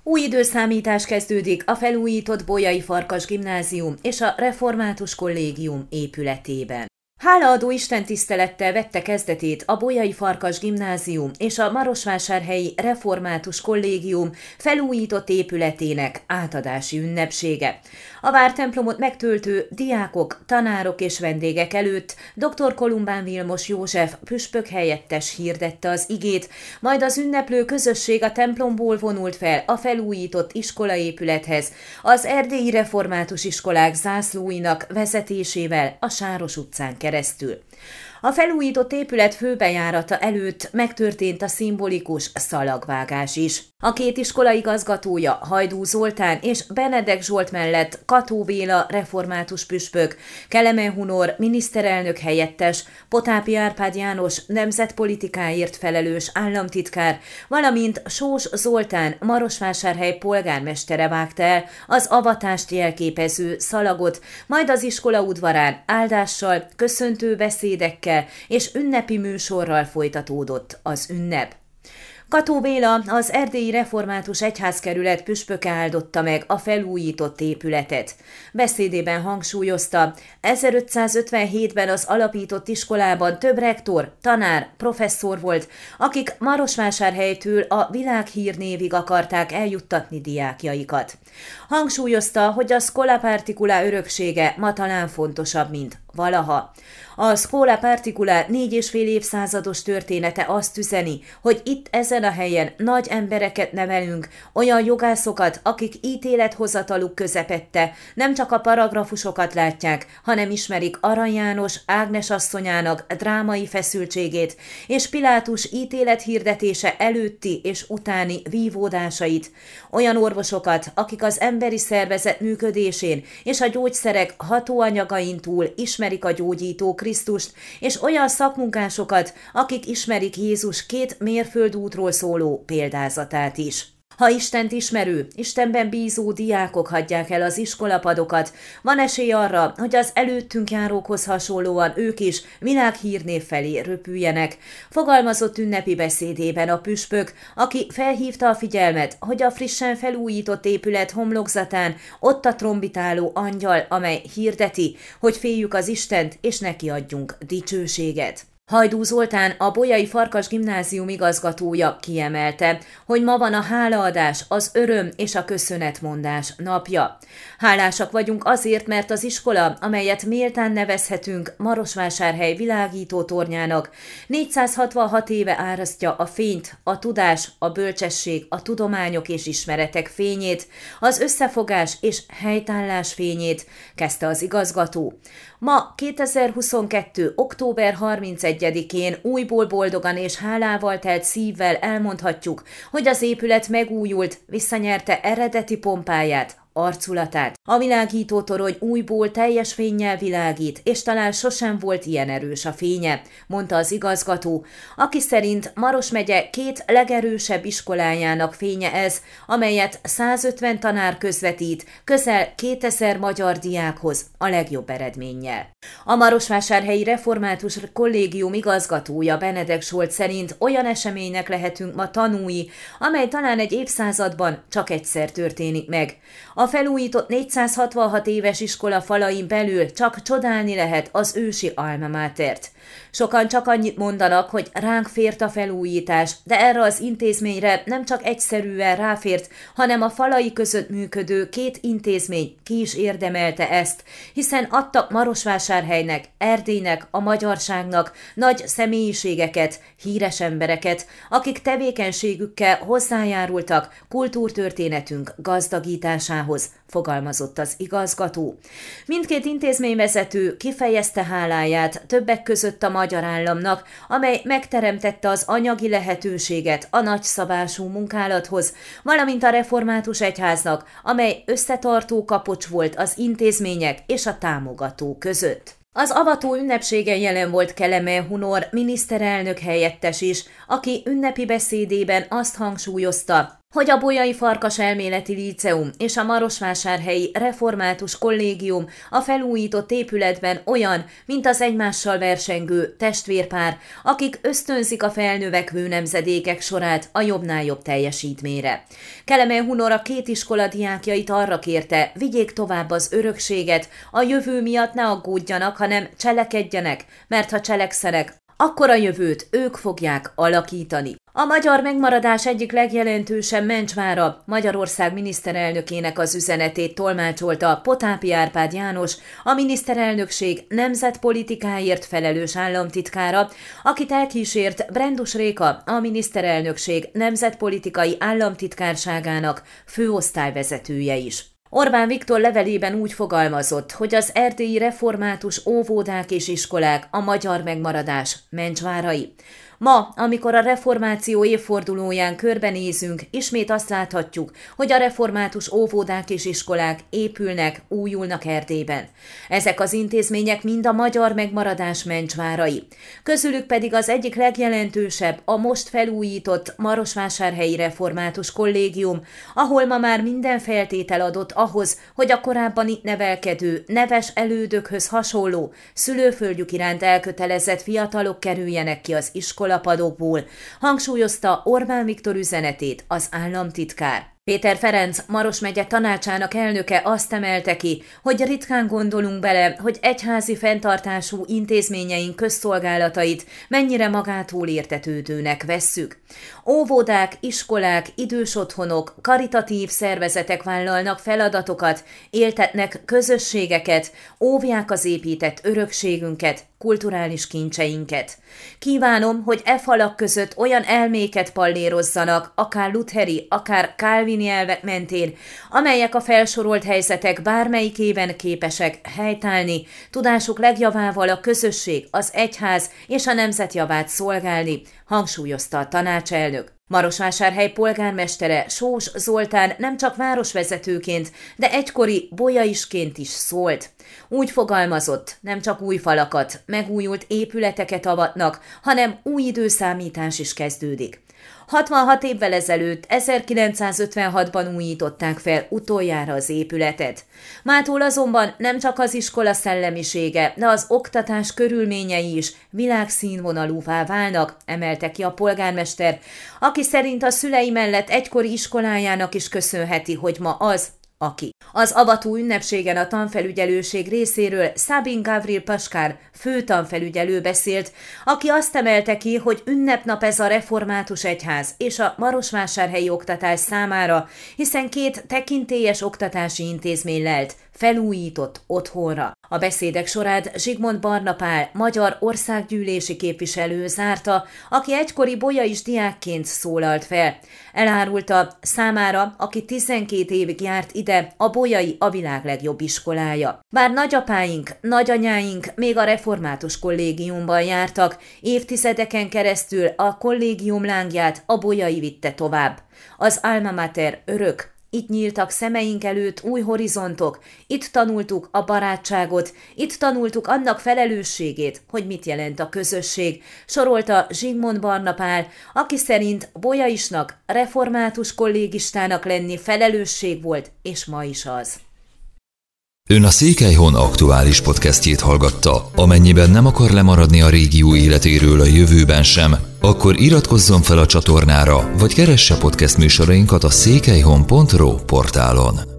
Új időszámítás kezdődik a felújított Bolyai Farkas Gimnázium és a Református Kollégium épületében. Hálaadó istentisztelettel vette kezdetét a Bolyai Farkas Gimnázium és a Marosvásárhelyi Református Kollégium felújított épületének átadási ünnepsége. A vártemplomot megtöltő diákok, tanárok és vendégek előtt dr. Kolumbán Vilmos József püspök helyettes hirdette az igét, majd az ünneplő közösség a templomból vonult fel a felújított iskolaépülethez, az erdélyi református iskolák zászlóinak vezetésével a Sáros utcán keresztül. A felújított épület főbejárata előtt megtörtént a szimbolikus szalagvágás is. A két iskola igazgatója, Hajdú Zoltán és Benedek Zsolt mellett Kató Béla református püspök, Kelemen Hunor miniszterelnök helyettes, Potápi Árpád János nemzetpolitikáért felelős államtitkár, valamint Sós Zoltán Marosvásárhely polgármestere vágta el az avatást jelképező szalagot, majd az iskola udvarán áldással, köszöntő beszédekkel és ünnepi műsorral folytatódott az ünnep. Kató Béla, az erdélyi református egyházkerület püspöke áldotta meg a felújított épületet. Beszédében hangsúlyozta, 1557-ben az alapított iskolában több rektor, tanár, professzor volt, akik Marosvásárhelytől a világhírnévig akarták eljuttatni diákjaikat. Hangsúlyozta, hogy a Schola Particular öröksége ma talán fontosabb, mint valaha. A Schola Particular 4,5 évszázados története azt üzeni, hogy itt ezen a helyen nagy embereket nevelünk, olyan jogászokat, akik ítélethozataluk közepette nem csak a paragrafusokat látják, hanem ismerik Arany János Ágnes asszonyának drámai feszültségét és Pilátus ítélethirdetése előtti és utáni vívódásait, olyan orvosokat, akik az emberi szervezet működésén és a gyógyszerek hatóanyagain túl ismerik a gyógyító Krisztust, és olyan szakmunkásokat, akik ismerik Jézus 2 mérföldútról szóló példázatát is. Ha Istent ismerő, Istenben bízó diákok hagyják el az iskolapadokat, van esély arra, hogy az előttünk járókhoz hasonlóan ők is világhírnév felé röpüljenek, fogalmazott ünnepi beszédében a püspök, aki felhívta a figyelmet, hogy a frissen felújított épület homlokzatán ott a trombitáló angyal, amely hirdeti, hogy féljük az Istent és neki adjunk dicsőséget. Hajdú Zoltán, a Bolyai Farkas Gimnázium igazgatója kiemelte, hogy ma van a hálaadás, az öröm és a köszönetmondás napja. Hálásak vagyunk azért, mert az iskola, amelyet méltán nevezhetünk Marosvásárhely világító tornyának, 466 éve árasztja a fényt, a tudás, a bölcsesség, a tudományok és ismeretek fényét, az összefogás és helytállás fényét, kezdte az igazgató. Ma 2022. október 31-én újból boldogan és hálával telt szívvel elmondhatjuk, hogy az épület megújult, visszanyerte eredeti pompáját, arculatát. A világító torony újból teljes fénnyel világít, és talán sosem volt ilyen erős a fénye, mondta az igazgató, aki szerint Maros megye 2 legerősebb iskolájának fénye ez, amelyet 150 tanár közvetít, közel 2000 magyar diákhoz a legjobb eredménnyel. A Marosvásárhelyi Református Kollégium igazgatója Benedek Zsolt szerint olyan eseménynek lehetünk ma tanúi, amely talán egy évszázadban csak egyszer történik meg. A felújított 466 éves iskola falain belül csak csodálni lehet az ősi alma matert. Sokan csak annyit mondanak, hogy ránk fért a felújítás, de erre az intézményre nem csak egyszerűen ráfért, hanem a falai között működő 2 intézmény ki is érdemelte ezt, hiszen adtak Marosvásárhelynek, Erdélynek, a magyarságnak nagy személyiségeket, híres embereket, akik tevékenységükkel hozzájárultak kultúrtörténetünk gazdagításához, fogalmazott az igazgató. Mindkét intézményvezető kifejezte háláját többek között a magyar államnak, amely megteremtette az anyagi lehetőséget a nagyszabású munkálathoz, valamint a református egyháznak, amely összetartó kapocs volt az intézmények és a támogatók között. Az avató ünnepségen jelen volt Kelemen Hunor miniszterelnök helyettes is, aki ünnepi beszédében azt hangsúlyozta, hogy a Bolyai Farkas Elméleti Líceum és a Marosvásárhelyi Református Kollégium a felújított épületben olyan, mint az egymással versengő testvérpár, akik ösztönzik a felnövekvő nemzedékek sorát a jobbnál jobb teljesítményre. Kelemen Hunor a két iskola diákjait arra kérte, vigyék tovább az örökséget, a jövő miatt ne aggódjanak, hanem cselekedjenek, mert ha cselekszenek, akkor a jövőt ők fogják alakítani. A magyar megmaradás egyik legjelentősebb Mencsvára Magyarország miniszterelnökének az üzenetét tolmácsolta Potápi Árpád János, a miniszterelnökség nemzetpolitikáért felelős államtitkára, akit elkísért Brendus Réka, a miniszterelnökség nemzetpolitikai államtitkárságának főosztályvezetője is. Orbán Viktor levelében úgy fogalmazott, hogy az erdélyi református óvodák és iskolák a magyar megmaradás mencsvárai. Ma, amikor a reformáció évfordulóján körbenézünk, ismét azt láthatjuk, hogy a református óvodák és iskolák épülnek, újulnak Erdélyben. Ezek az intézmények mind a magyar megmaradás mencsvárai. Közülük pedig az egyik legjelentősebb a most felújított Marosvásárhelyi Református Kollégium, ahol ma már minden feltétel adott ahhoz, hogy a korábban itt nevelkedő, neves elődökhöz hasonló, szülőföldjük iránt elkötelezett fiatalok kerüljenek ki az iskolapadokból, hangsúlyozta Orbán Viktor üzenetét az államtitkár. Péter Ferenc, Maros megye tanácsának elnöke azt emelte ki, hogy ritkán gondolunk bele, hogy egyházi fenntartású intézményeink közszolgálatait mennyire magától értetődőnek vesszük. Óvodák, iskolák, idősotthonok, karitatív szervezetek vállalnak feladatokat, éltetnek közösségeket, óvják az épített örökségünket, kulturális kincseinket. Kívánom, hogy e falak között olyan elméket pallérozzanak, akár lutheri, akár kálvini elvek mentén, amelyek a felsorolt helyzetek bármelyikében képesek helytállni, tudásuk legjavával a közösség, az egyház és a nemzet javát szolgálni, hangsúlyozta a tanácselnök. Marosvásárhely polgármestere Sós Zoltán nem csak városvezetőként, de egykori bolyaisként is szólt. Úgy fogalmazott, nem csak új falakat, megújult épületeket avatnak, hanem új időszámítás is kezdődik. 66 évvel ezelőtt, 1956-ban újították fel utoljára az épületet. Mától azonban nem csak az iskola szellemisége, de az oktatás körülményei is világszínvonalúvá válnak, emelte ki a polgármester, aki szerint a szülei mellett egykori iskolájának is köszönheti, hogy ma az, aki. Az avató ünnepségen a tanfelügyelőség részéről Szabin Gavril Paskár főtanfelügyelő beszélt, aki azt emelte ki, hogy ünnepnap ez a református egyház és a marosvásárhelyi oktatás számára, hiszen két tekintélyes oktatási intézmény lelt felújított otthonra. A beszédek sorát Zsigmond Barna Pál, magyar országgyűlési képviselő zárta, aki egykori bolyais diákként szólalt fel. Elárulta számára, aki 12 évig járt ide, a Bolyai a világ legjobb iskolája. Bár nagyapáink, nagyanyáink még a református kollégiumban jártak, évtizedeken keresztül a kollégium lángját a Bolyai vitte tovább. Az Alma Mater örök. Itt nyíltak szemeink előtt új horizontok, itt tanultuk a barátságot, itt tanultuk annak felelősségét, hogy mit jelent a közösség, sorolta Zsigmond Barna Pál, aki szerint bolyaisnak, református kollégistának lenni felelősség volt, és ma is az. Ön a Székelyhon aktuális podcastjét hallgatta. Amennyiben nem akar lemaradni a régió életéről a jövőben sem, akkor iratkozzon fel a csatornára, vagy keresse podcast műsorainkat a székelyhon.ro portálon.